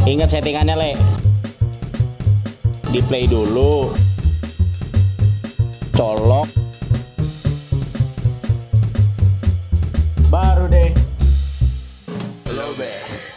Ingat settingannya, Le. Di play dulu. Colok. Baru deh. Lobe.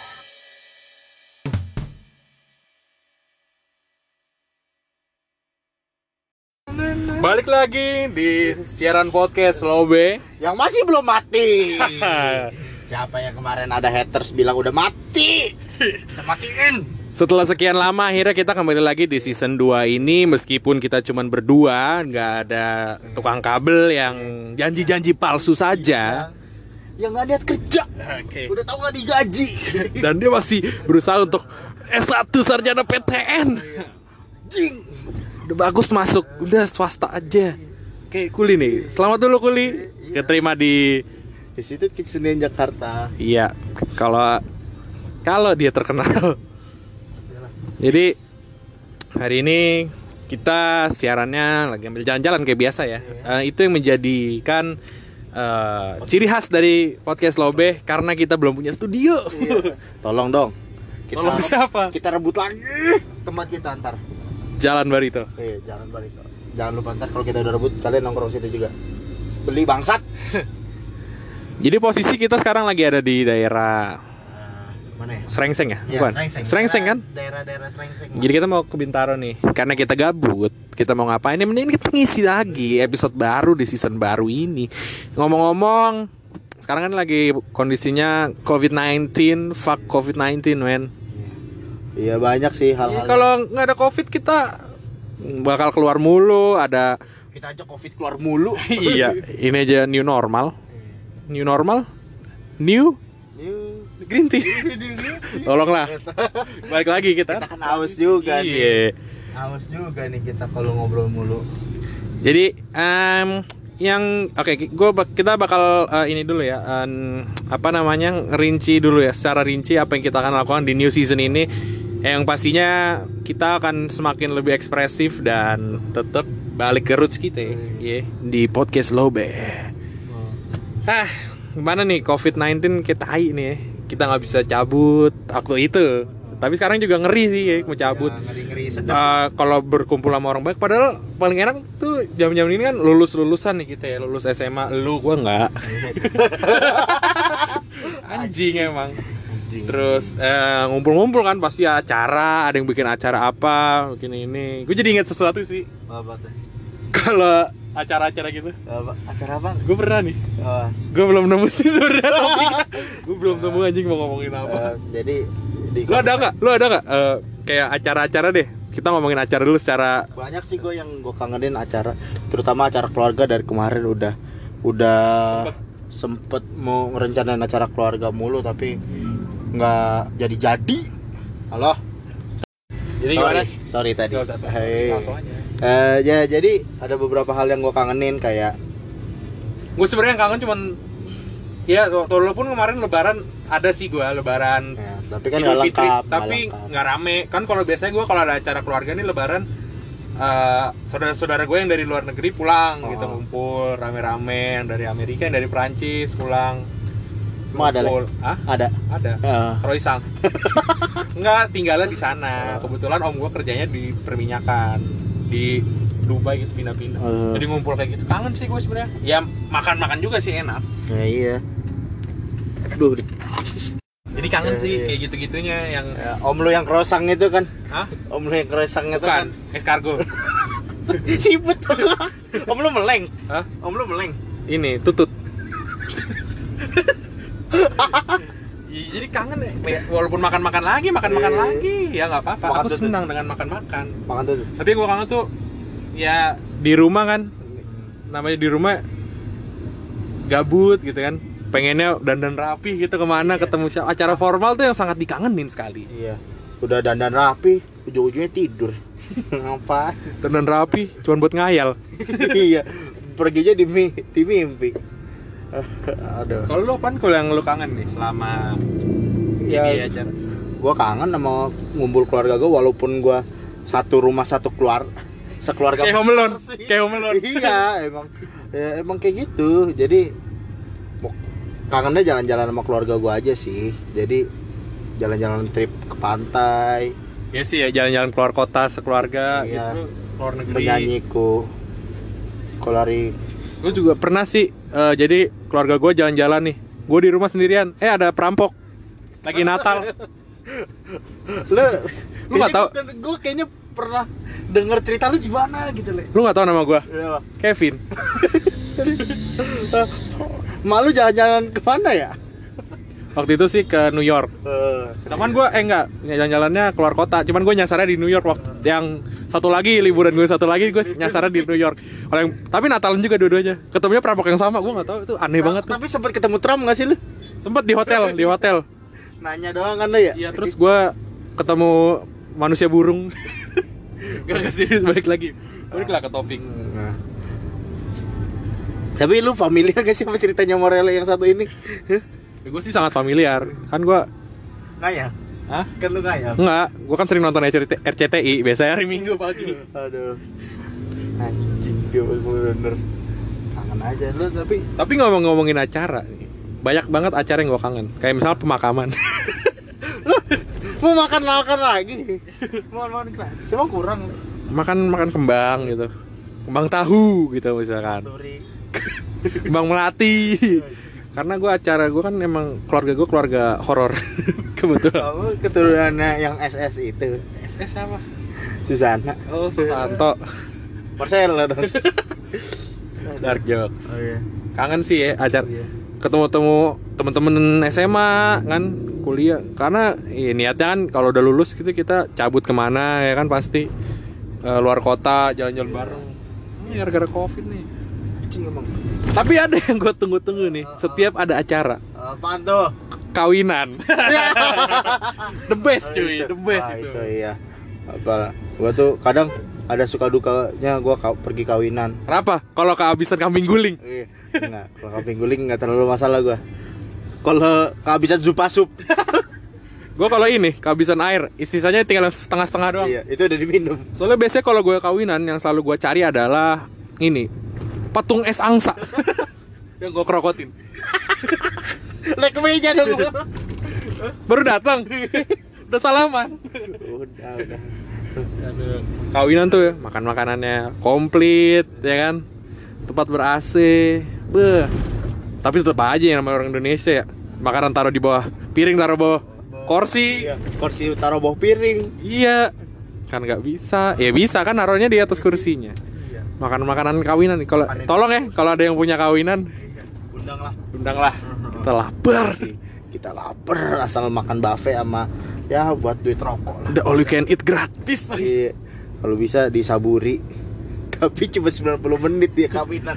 Balik lagi di siaran podcast Lobe Yang masih belum mati. Siapa yang kemarin ada haters bilang udah mati? Kita matiin. Setelah sekian lama akhirnya kita kembali lagi di season 2 ini. Meskipun kita cuman berdua, nggak ada tukang kabel yang janji-janji palsu saja. Yang nggak lihat kerja. Oke. Udah tahu nggak digaji. Dan dia masih berusaha untuk S1 sarjana PTN. Jing. Udah bagus masuk, udah swasta aja. Oke, Kuli nih. Selamat dulu Kuli. Keterima di Institut Kesenian Jakarta. iya, kalau dia terkenal. Jadi hari ini kita siarannya lagi ambil jalan-jalan kayak biasa ya. Itu yang menjadikan ciri khas dari podcast Lobe karena kita belum punya studio. Tolong dong. Tolong siapa? Kita rebut lagi tempat kita antar. Jalan Barito. Jangan Barito. Jangan lupa ntar kalau kita udah rebut kalian nongkrong situ juga. Beli bangsat. Jadi posisi kita sekarang lagi ada di daerah Mana ya? Srengseng ya? Iya, Bukan? Srengseng kan? Daerah Srengseng. Jadi kita mau ke Bintaro nih. Karena kita gabut, kita mau ngapain? Ini mending kita ngisi lagi episode baru di season baru ini. Ngomong-ngomong, sekarang kan lagi kondisinya COVID-19, fuck COVID-19, men. Iya banyak sih hal-hal. Kalau nggak ada COVID kita bakal keluar mulu, ada Kita aja COVID keluar mulu. iya, ini aja new normal. New normal? New green tea. Tolonglah. Balik lagi kita. Kita kan haus juga nih. Iya. Haus juga nih kita kalau ngobrol mulu. Jadi kita bakal ini dulu ya, apa namanya, rinci dulu ya, secara rinci apa yang kita akan lakukan di new season ini. Yang pastinya kita akan semakin lebih ekspresif dan tetap balik ke roots kita ya, di podcast Lobe. Gimana nih COVID-19 kita nih ya. Kita nggak bisa cabut waktu itu. Tapi sekarang juga ngeri sih ya, mau cabut. Ngeri-ngeri Kalau berkumpul sama orang banyak, padahal paling enak tuh jam-jam ini kan lulusan nih kita ya, lulus SMA. Lu gua nggak. Anjing emang. Terus ngumpul-ngumpul kan pasti acara, ada yang bikin acara apa, bikin ini. Gue jadi ingat sesuatu sih. Apa tuh? Kalau acara-acara gitu. Acara apa? Gue pernah nih. Gue belum nemu sih sebenarnya topiknya. Gue belum nemu anjing mau ngomongin apa. Jadi Lu ada nggak kayak acara-acara deh? Kita ngomongin acara dulu secara. Banyak sih gue yang gue kangenin acara, terutama acara keluarga. Dari kemarin udah sempet mau ngerencanain acara keluarga mulu tapi nggak jadi. Halo. Jadi gimana? Sorry tadi. Langsung aja. Ya jadi ada beberapa hal yang gue kangenin kayak. Gue sebenarnya kangen cuman ya walaupun kemarin lebaran ada sih gue lebaran. Ya, tapi kan Idul nggak Fitri, lengkap. tapi nggak rame kan. Kalau biasanya gue kalau ada acara keluarga nih lebaran, saudara-saudara gue yang dari luar negeri pulang gitu, ngumpul rame-rame, yang dari Amerika, yang dari Perancis pulang. Emang ada Ngumpul. lagi? Hah? Ada. Kroisang. Enggak, tinggalnya di sana. Kebetulan om gue kerjanya di perminyakan di Dubai gitu, pindah-pindah. Jadi ngumpul kayak gitu. Kangen sih gue sebenarnya. Ya makan-makan juga sih enak. Ya, iya. Aduh. Jadi kangen sih kayak gitu-gitunya yang Ya, om lu yang kerosang itu kan? Hah? Om lu yang kerosang itu Bukan, kan? escargot. Siput. Om lu meleng. Hah? Om lu meleng. Ini tutut. Ya, jadi kangen ya. Walaupun makan-makan lagi ya nggak apa-apa. Makan Aku tutut. senang dengan makan-makan. Makan tuh. Tapi gue kangen tuh ya di rumah kan. Namanya di rumah gabut gitu kan. Pengennya dandan rapi gitu kemana, ketemu siapa. Acara formal tuh yang sangat dikangenin sekali. Iya. Udah dandan rapi, ujung-ujungnya tidur. Ngapa? Dandan rapi cuman buat ngayal. Iya. Perginya di mimpi. Aduh. Kalau lu apaan kalau yang lu kangen nih selama Ya, ini acara? Gua kangen sama ngumpul keluarga gue walaupun gua satu rumah satu sekeluarga Kayak besar Home Alone. sih. Kayak Home Alone. Iya, emang kayak gitu. Jadi kangennya jalan-jalan sama keluarga gue aja sih. Jadi jalan-jalan trip ke pantai. Ya sih ya, jalan-jalan keluar kota sekeluarga Iya. gitu, keluar negeri. Menyanyiku kolari. Gue juga pernah sih, jadi keluarga gue jalan-jalan nih. Gue di rumah sendirian, ada perampok. Lagi Natal. Lu nggak tahu? Gue kayaknya pernah denger cerita lu di mana gitu, Le. Lu nggak tahu nama gue? Iya, Pak. Kevin. Malu jalan-jalan kemana ya? Waktu itu sih ke New York. Cuman gue enggak, jalan-jalannya keluar kota. Cuman gue nyasarnya di New York. Waktu yang satu lagi, liburan gue satu lagi, gue nyasarnya di New York. Tapi Natalan juga dua-duanya. Ketemunya perampok yang sama, gue nggak tahu, itu aneh banget tuh. Tapi sempat ketemu Trump nggak sih lu? Sempet di hotel. Nanya doang kan lu ya? Iya, terus gue ketemu manusia burung. Gak serius, baliklah ke topik. Nah. Tapi lu familiar gak sih sama ceritanya Morele yang satu ini? Gue sih sangat familiar. Kan gue Ngayal? Hah? Kan lu ngayal? Enggak, gue kan sering nonton RCTI, biasanya hari Minggu pagi. Aduh. Anjing, dia bener. Kangen aja lu tapi Ngomongin acara nih, banyak banget acara yang gue kangen. Kayak misalnya pemakaman. mau makan lagi. Mau makan gratis. Emang kurang. makan kembang gitu, kembang tahu gitu misalkan, kembang melati. Karena gue kan emang keluarga horor. Kebetulan. Kamu keturunannya yang SS itu. SS apa? Susana. Oh, Susanto. Marcelo dong. Dark jokes. Oh iya. Kangen sih ya acara. Iya. Ketemu temen-temen SMA kan, kuliah. Karena niatnya kan kalau udah lulus gitu kita cabut kemana ya kan, pasti luar kota, jalan-jalan bareng. Ini gara-gara COVID nih. Anjing emang. Tapi ada yang gue tunggu-tunggu nih, setiap ada acara. Apaan tuh? Kawinan. The best cuy, the best itu. Itu iya. Apa? Gua tuh kadang ada suka dukanya gua pergi kawinan. Kenapa? Kalau kehabisan kambing guling. Enggak, kalau kambing guling enggak terlalu masalah gua. Kalau kehabisan sup. Gue kalau ini kehabisan air, sisanya tinggal setengah-setengah doang. Iya, itu udah diminum. Soalnya biasanya kalau gue kawinan yang selalu gue cari adalah ini, patung es angsa. Yang gue kerokotin. Lek ke meja dong. Baru datang. Udah salaman. Udah. Kawinan tuh ya, makan makanannya komplit ya kan, tempat ber AC. Beuh. Tapi tetap aja yang namanya orang Indonesia ya, makanan taruh di bawah piring, taruh bawah kursi. Iya, kursi taruh bawah piring. Iya, kan nggak bisa. Ya bisa kan, naruhnya di atas kursinya. Iya. Makan makanan kawinan. Kalau tolong ya, kalau ada yang punya kawinan, undanglah. Kita lapar. Kita lapar asal makan buffet sama ya buat duit rokok lah. Udah all you can eat gratis. Iya. Kalau bisa disaburi. Tapi cuma 90 menit dia kawinan.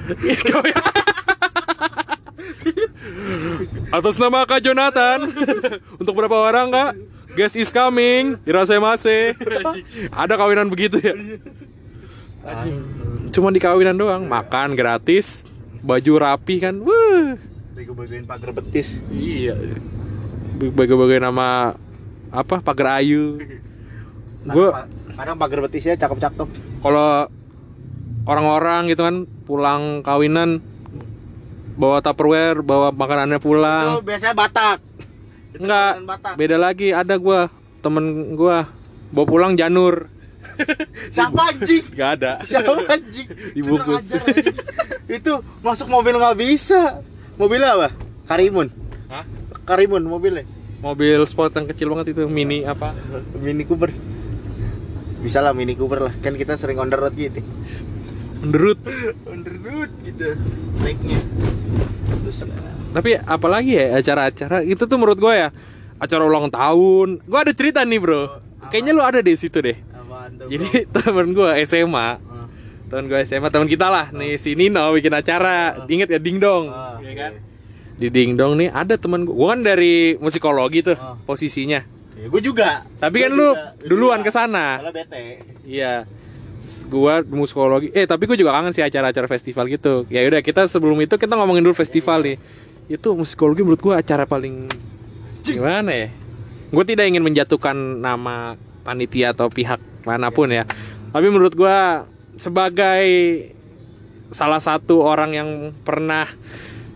Atas nama Kak Jonathan. Untuk berapa orang Kak? Guest is coming. Irasemasu. Ada kawinan begitu ya? Cuma di kawinan doang, makan gratis, baju rapi kan. Wuh. Bego-begoin pagar betis. Iya. Bego-begoin nama apa? Pagar ayu. Gua kadang pagar betisnya cakep-cakep. kalau orang-orang gitu kan pulang kawinan bawa Tupperware, bawa makanannya pulang. Itu biasanya Batak. Itu Enggak, makanan Batak. beda lagi. Ada temen gua bawa pulang janur. Siapa anjing? Gak ada. Siapa anjing? Dibungkus. Kurang ajar, anjing. Itu masuk mobil nggak bisa. Mobilnya apa? Karimun. Hah? Karimun mobilnya. Mobil sport yang kecil banget itu, mini apa? Mini Cooper. Bisa lah Mini Cooper lah. Kan kita sering on the road gini. Menderut. On the road gitu. Naiknya. Terus Tapi apalagi ya acara-acara itu tuh menurut gua ya, acara ulang tahun. Gua ada cerita nih, Bro. Kayaknya lu ada di situ deh. apaan tuh? Jadi temen gua SMA, temen kita lah nih, si Nino bikin acara. Ingat ya, Dingdong, ya kan? Di Dingdong nih ada temen gua kan dari musikologi tuh posisinya. Ya, gue juga. Tapi kan lu duluan kesana. Kalau bete. Iya. Gua musikologi. Tapi gua juga kangen sih acara-acara festival gitu. Ya udah, kita sebelum itu kita ngomongin dulu festival nih. Itu musikologi menurut gua acara paling gimana ya? Gue tidak ingin menjatuhkan nama panitia atau pihak manapun ya. Tapi menurut gua sebagai salah satu orang yang pernah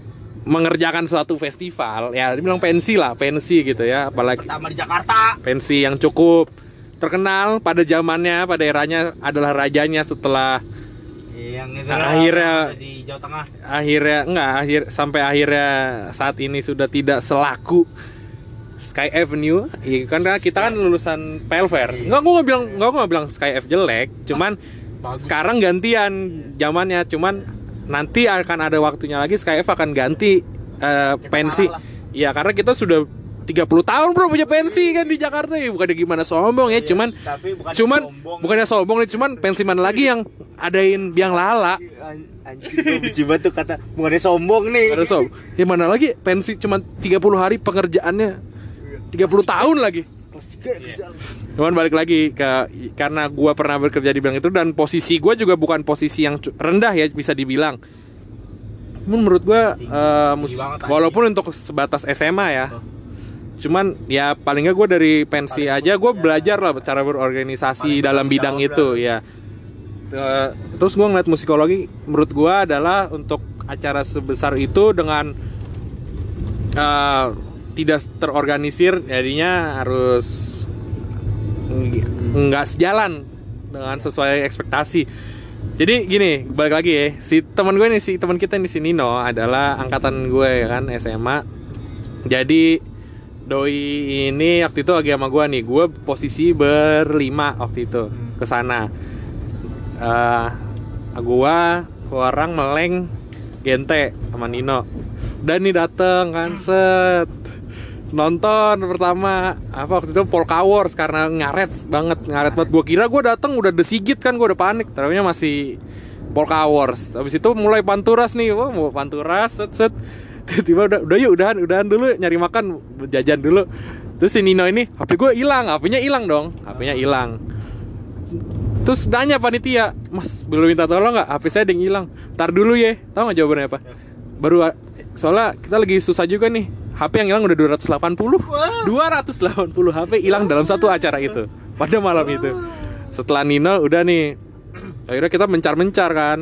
mengerjakan suatu festival, ya dibilang pensi lah, pensi gitu ya, apalagi pertama di Jakarta. pensi yang cukup terkenal pada zamannya, pada eranya adalah rajanya setelah Yang itu akhirnya di Jawa Tengah. sampai akhirnya saat ini sudah tidak selaku Sky Avenue. Iya kan kita kan lulusan Pelver. Enggak, gua nggak bilang Sky F jelek, cuman Bagus. sekarang gantian zamannya, cuman nanti akan ada waktunya lagi Sky F akan ganti pensi. marah lah. Iya, karena kita sudah 30 tahun bro punya pensi kan di Jakarta ya. Bukannya gimana sombong ya, Iya, cuman tapi bukannya sombong nih, cuman pensi mana lagi yang adain biang lala. Anjing, gue benci banget tuh kata bukannya sombong nih. Ada sob. Ya mana lagi pensi cuma 30 hari pengerjaannya 30 tahun lagi. Cuman balik lagi karena gua pernah bekerja di bidang itu dan posisi gua juga bukan posisi yang rendah ya bisa dibilang. Menurut gua walaupun untuk sebatas SMA ya. Cuman ya paling nggak gue dari pensi aja gue belajar lah cara berorganisasi dalam bidang itu ya. Terus gue ngeliat musikologi menurut gue adalah untuk acara sebesar itu dengan tidak terorganisir, jadinya harus nggak sejalan dengan sesuai ekspektasi. Jadi gini, balik lagi ya, si teman kita nih si Nino adalah angkatan gue ya kan SMA. Jadi doi ini waktu itu lagi sama gue nih, gue posisi berlima waktu itu ke sana. Gua orang Meleng, Gente sama Nino. Dan nih dateng kan set nonton pertama apa waktu itu Polka Wars karena ngaret banget. Gue kira gue dateng udah desigit kan, gue udah panik. Ternyata masih Polka Wars. Habis itu mulai Panturas nih, mau Panturas set. Tiba-tiba udah yuk udahan dulu nyari makan jajan dulu. Terus si Nino ini HP gue hilang, HP-nya hilang. Terus nanya panitia, Mas belum minta tolong nggak? HP saya ada yang hilang. Tar dulu ya. Tahu nggak jawabannya apa? Baru soalnya kita lagi susah juga nih. HP yang hilang udah 280 HP hilang dalam satu acara itu pada malam itu. Setelah Nino udah nih, akhirnya kita mencar kan.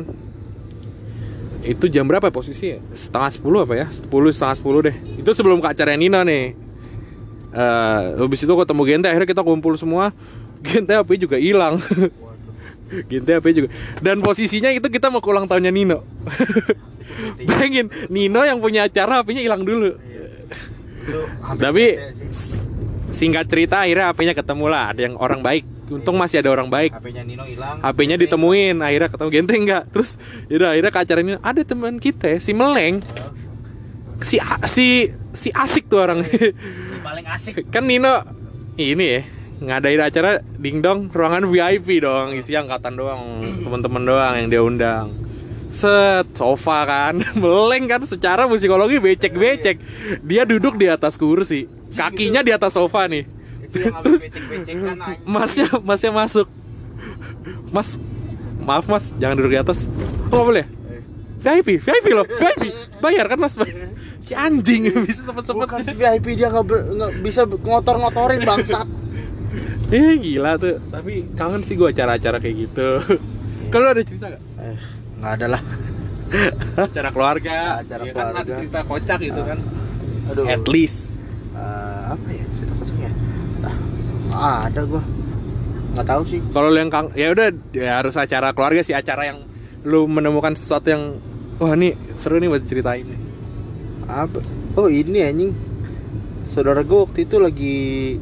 Itu jam berapa posisi? 9:30 apa ya? 10 deh. Itu sebelum ke acara Nino nih. Habis itu ketemu Gente, akhirnya kita kumpul semua. Gente HP juga hilang. Gente HP juga. Dan posisinya itu kita mau ke ulang tahunnya Nino. Bayangin, Nino yang punya acara HP-nya hilang dulu. Tapi singkat cerita akhirnya HP-nya ketemu lah, ada yang orang baik. Untung masih ada orang baik. HP-nya Nino hilang. HP-nya ditemuin, akhirnya ketemu Gente enggak. Terus yaudah akhirnya ke acara ini ada teman kita si Meleng. Si asik tuh orang. Si paling asik. Kan Nino ini ya ngadain acara dingdong ruangan VIP dong, isi angkatan doang, teman-teman doang yang dia undang. Set sofa kan. Meleng kan secara musikologi becek. Dia duduk di atas kursi, kakinya di atas sofa nih. Terus masnya masuk. Mas, maaf mas, jangan duduk di atas. Oh, nggak boleh. VIP loh, VIP. Bayar kan mas? Si anjing bisa sempet. Bukan VIP, dia nggak bisa ngotorin bangsat. Gila tuh. Tapi kangen sih gue acara-acara kayak gitu. Kalau ada cerita nggak? Nggak ada lah. Acara keluarga. Acara ya keluarga. Kan ada cerita kocak gitu kan. Aduh. At least. Apa ya cerita kocaknya? Ada gua nggak tahu sih. Kalau yang ya udah ya harus acara keluarga sih, acara yang lu menemukan sesuatu yang wah nih seru nih buat ceritain. Apa? Oh ini anjing, saudara gua waktu itu lagi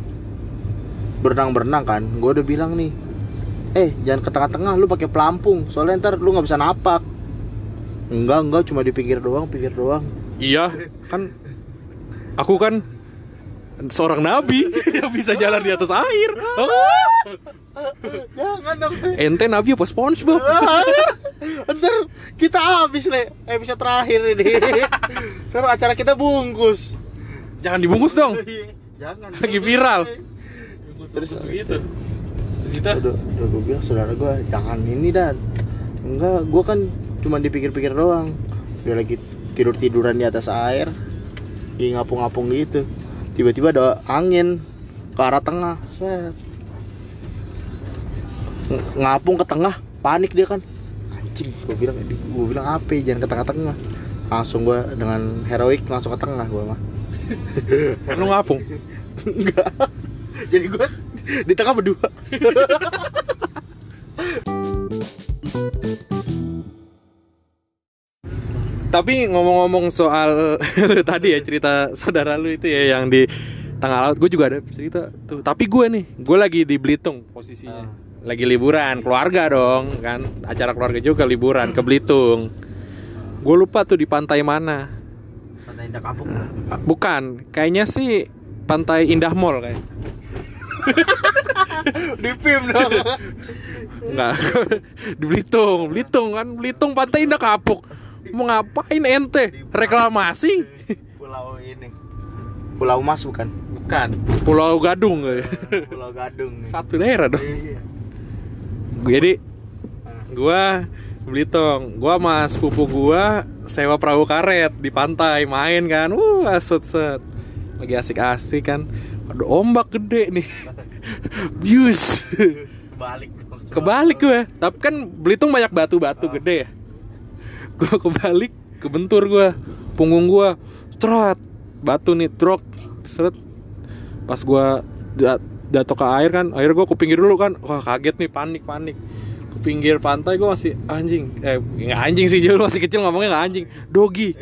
berenang kan, gua udah bilang nih, jangan ke tengah-tengah, lu pakai pelampung, soalnya ntar lu nggak bisa napak. Enggak, cuma di pinggir doang. Iya, kan aku kan seorang nabi yang bisa jalan di atas air. Jangan dong. Ente nabi apa SpongeBob? Ntar kita habis episode terakhir ini. Ntar acara kita bungkus. Jangan dibungkus dong. Jangan. Lagi viral. Terus begitu. Udah gue bilang saudara gue jangan ini dan enggak, gue kan cuma dipikir-pikir doang. Dia lagi tiduran di atas air, ngapung-ngapung gitu. Tiba-tiba ada angin ke arah tengah, set. Ngapung ke tengah, panik dia kan. Anjing, gue bilang apa? Jangan ke tengah-tengah. langsung gue dengan heroik langsung ke tengah gue mah. Lu ngapung? Enggak. Jadi gue di tengah berdua. Tapi ngomong-ngomong soal tadi ya cerita saudara lu itu ya yang di tengah laut, gue juga ada cerita tuh. Tapi gue lagi di Belitung posisinya, lagi liburan keluarga dong kan, acara keluarga juga liburan ke Belitung. Gue lupa tuh di pantai mana. Pantai Indah Kapuk. Bukan, kayaknya sih Pantai Indah Mall kayak. Di film dong. Enggak, di Belitung kan, Belitung Pantai Indah Kapuk. Mau ngapain ente? Reklamasi? Pulau ini. Pulau Mas bukan? Bukan. Pulau Gadung kayak. Pulau Gadung. Satu daerah dong. Iya. Jadi gua Belitung, gua sama sepupu gua sewa perahu karet di pantai main kan. Set. Lagi asik-asik kan. Ada ombak gede nih. Bius. Kebalik gue. Tapi kan Belitung banyak batu-batu gede ya. Gue kebalik, kebentur gue, punggung gue, strot, batu nih, truk, seret. Pas gue jatuh ke air kan, akhirnya gue ke pinggir dulu kan, wah kaget nih, panik. Ke pinggir pantai gue masih anjing, nggak anjing sih, jauh masih kecil ngomongnya nggak anjing, dogi.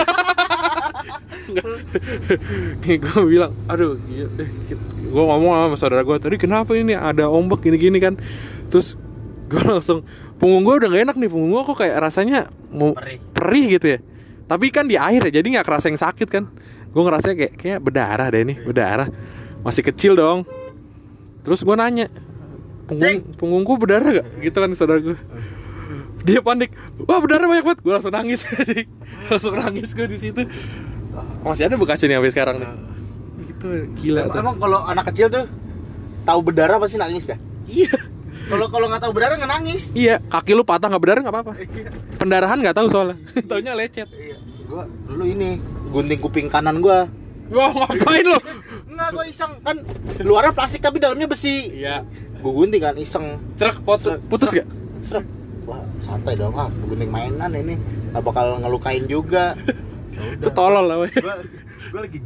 Gue bilang, aduh, gue ngomong sama saudara gue, tadi kenapa ini ada ombak gini-gini kan, terus gue langsung punggung gue udah gak enak nih, punggung gue kok kayak rasanya mau perih gitu ya, tapi kan di air ya jadi nggak kerasa yang sakit kan. Gue ngerasa kayak berdarah deh nih, berdarah, masih kecil dong. Terus gue nanya, punggungku berdarah gak gitu kan saudara gue. Dia panik, wah berdarah banyak banget. Gue langsung nangis gue di situ. Masih ada bekasnya nih sampai sekarang nih. Gitu gila tuh. Emang kalau anak kecil tuh tahu berdarah pasti nangis ya? Iya. Kalau nggak tahu berdarah nggak nangis. Iya, kaki lu patah nggak berdarah nggak apa-apa. Pendarahan nggak tahu soalnya. Taunya lecet. Iya. Gua dulu ini gunting kuping kanan gua. Wah, ngapain lu? Enggak, gua iseng kan. Luarnya plastik tapi dalamnya besi. Iya. Gua gunting kan iseng. Cerak putus gak? Serap. Wah, santai dong ah. Gunting mainan ini. Nggak bakal ngelukain juga. Itu tolol lah, weh. Gua lagi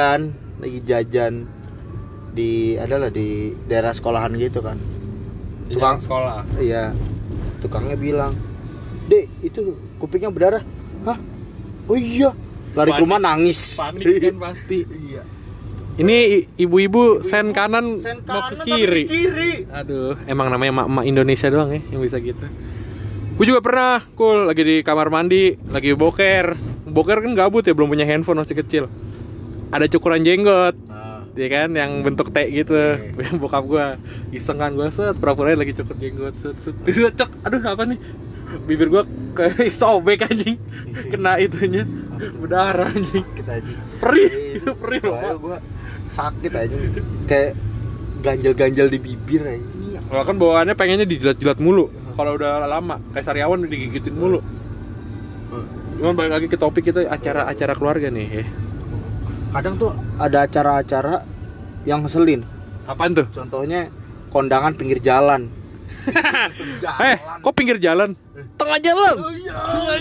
jajan di daerah sekolahan gitu kan. Tukang sekolah. Iya. Tukangnya bilang, "Dek, itu kupingnya berdarah." Hah? Oh iya. Lari ke rumah nangis. Panik kan pasti. Iya. Ini ibu-ibu sen kanan mau ke kiri. Aduh, emang namanya emak-emak Indonesia doang ya yang bisa gitu. Gue juga pernah, lagi di kamar mandi, lagi boker. Boker kan gabut ya, belum punya handphone masih kecil. Ada cukuran jenggot. Dia kan yang bentuk T gitu. Bokap gue iseng kan, gue pura-pura lagi cukur jenggot, cek, aduh apa nih, bibir gue kayak sobek anjing, kena itunya, berdarah anjing, perih, itu perih loh pak. Gue sakit aja, kayak ganjel-ganjel di bibir aja. Kalau kan bawaannya pengennya dijilat-jilat mulu, kalau udah lama, kayak Sariawan udah digigitin mulu. Cuman balik lagi ke topik kita, acara keluarga nih ya. Kadang tuh ada acara-acara yang ngeselin. Apaan tuh? Contohnya kondangan pinggir jalan. Kok pinggir jalan? Tengah jalan. Oh, iya.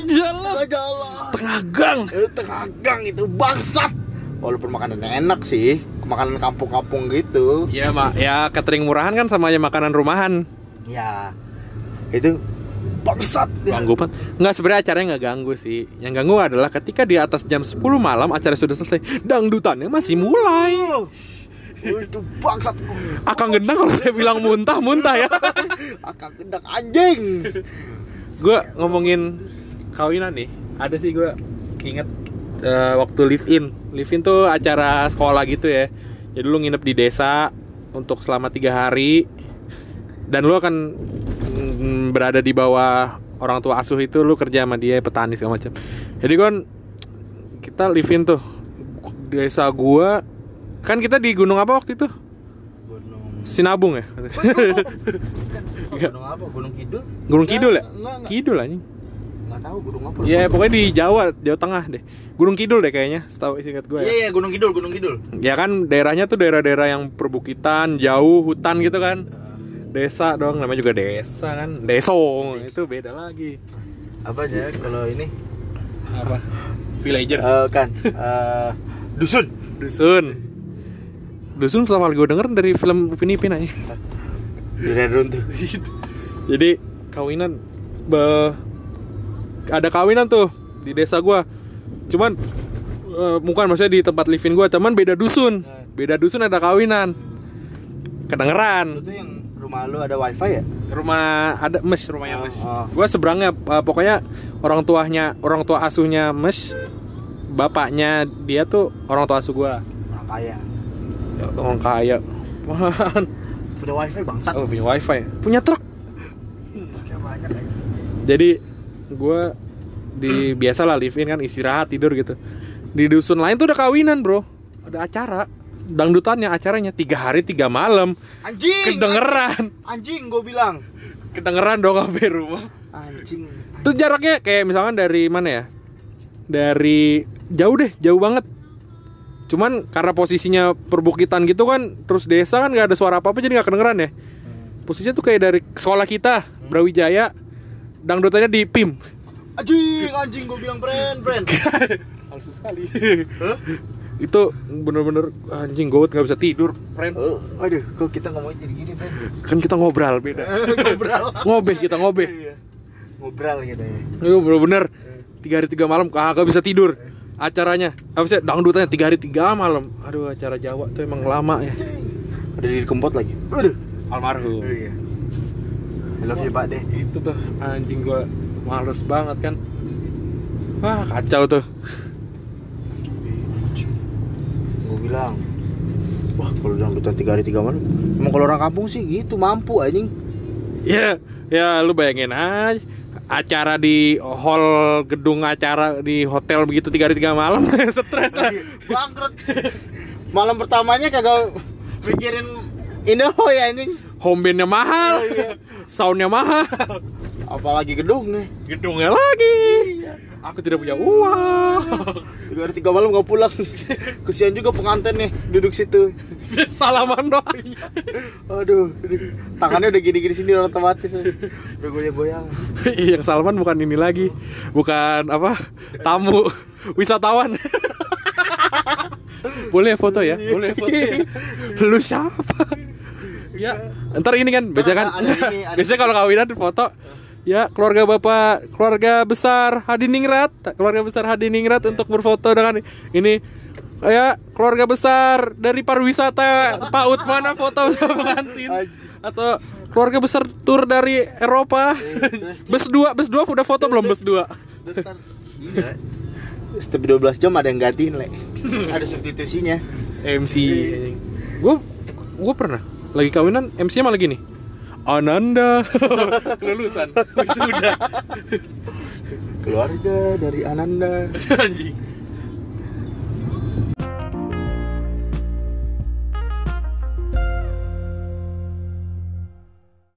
Tengah gang. Tengah gang itu bangsat. Walaupun makanannya enak sih, makanan kampung-kampung gitu. Iya, Mak. Ya catering murahan kan sama aja makanan rumahan. Ya. Itu bangsat. Ganggu banget. Enggak, sebenarnya acaranya enggak ganggu sih. Yang ganggu adalah ketika di atas jam 10 malam acara sudah selesai, dangdutannya masih mulai. Itu bangsat. Akang gendang kalau saya bilang muntah ya. Akang gendang anjing. Gue ngomongin kawinan nih. Ada sih gue inget waktu live in tuh acara sekolah gitu ya. Jadi lu nginep di desa untuk selama 3 hari. Dan lu akan berada di bawah orang tua asuh itu, lu kerja sama dia, petani segala macam. Jadi kan kita live in tuh desa gua, kan kita di gunung apa waktu itu? Gunung Sinabung ya? Gunung apa? Gunung Kidul? Gunung Kidul ya? Enggak. Kidul anjing. Enggak tahu gunung apa. Ya pokoknya di Jawa Tengah deh. Gunung Kidul deh kayaknya, setahu singkat gue ya. Iya, Gunung Kidul. Ya kan daerahnya tuh daerah-daerah yang perbukitan, jauh, hutan gitu kan. Desa dong, namanya juga desa kan. Desong, itu beda lagi. Apa aja kalau ini? Apa? Villager. Kan dusun. Dusun pertama kali gue denger dari film Upin Ipin aja. Di Redrun tuh. Jadi kawinan ada kawinan tuh di desa gua. Cuman bukan maksudnya di tempat live-in gua, cuman beda dusun. Beda dusun ada kawinan. Kedengeran. Lu tuh yang rumah lu ada wifi ya? Rumah ada rumahnya mes. Gua seberangnya pokoknya orang tua asuhnya mes. Bapaknya dia tuh orang tua asuh gua. Orang kaya. Ya, orang kaya. Man. Punya wifi bangsat. Oh, punya wifi. Punya truk. Truknya banyak aja. Jadi gue biasa lah live in kan, istirahat tidur gitu. Di dusun lain tuh udah kawinan bro, ada acara dangdutannya, acaranya 3 hari 3 malam. Anjing. Kedengeran. Anjing gue bilang. Kedengeran dong sampai rumah. Anjing. Tuh jaraknya kayak misalkan dari mana ya? Dari jauh banget. Cuman karena posisinya perbukitan gitu kan, terus desa kan nggak ada suara apa-apa jadi nggak kedengeran ya. Posisinya tuh kayak dari sekolah kita, Brawijaya, dangdutannya di PIM. Anjing gue bilang brand. Halus sekali. Itu bener-bener anjing gawat, nggak bisa tidur, friend. Aduh, kok kita ngomongin jadi gini, friend? Kan kita ngobrol beda. Ngobeh. Iya. Ngobrol gitu ya. Itu bener-bener 3 hari 3 malam kagak bisa tidur. Acaranya apa sih, dangdutannya 3 hari 3 malam. Aduh, acara Jawa tuh emang lama ya. Ada di Kempot lagi. Aduh, almarhum. Iya. I love you Pak deh. Itu tuh anjing gua males banget kan. Wah, kacau tuh. Gue bilang, wah kalau dangdutan 3 hari 3 malam, emang kalau orang kampung sih gitu mampu anjing. Ya lu bayangin aja acara di hall gedung acara di hotel begitu 3 hari 3 malam. Stres lah. Bangkrut. Malam pertamanya kagak mikirin Indohoy anjing. Home bandnya mahal, soundnya mahal, apalagi gedungnya lagi. Aku tidak punya uang. 3 hari 3 malam gak pulang. Kesian juga pengantin nih duduk situ. Salaman doang. Aduh, tangannya udah gini-gini sini otomatis. Udah goyang-goyang. Yang salaman bukan ini lagi, bukan apa, tamu, wisatawan. Boleh foto ya? Boleh foto ya? Lu siapa? Ya, ntar ini kan biasanya kan, biasanya kalau kawinan foto, ya keluarga besar Hadiningrat untuk berfoto dengan ini, ya keluarga besar dari pariwisata PAUD mana foto sama pengantin, atau keluarga besar tur dari Eropa. Bus 2 udah foto belum bus 2? Setiap 12 jam ada yang gantiin, Le. Ada substitusinya. MC. Gue pernah lagi kawinan, MC-nya malah gini. Ananda. Kelulusan. Wisuda. Keluarga dari Ananda. Anjing.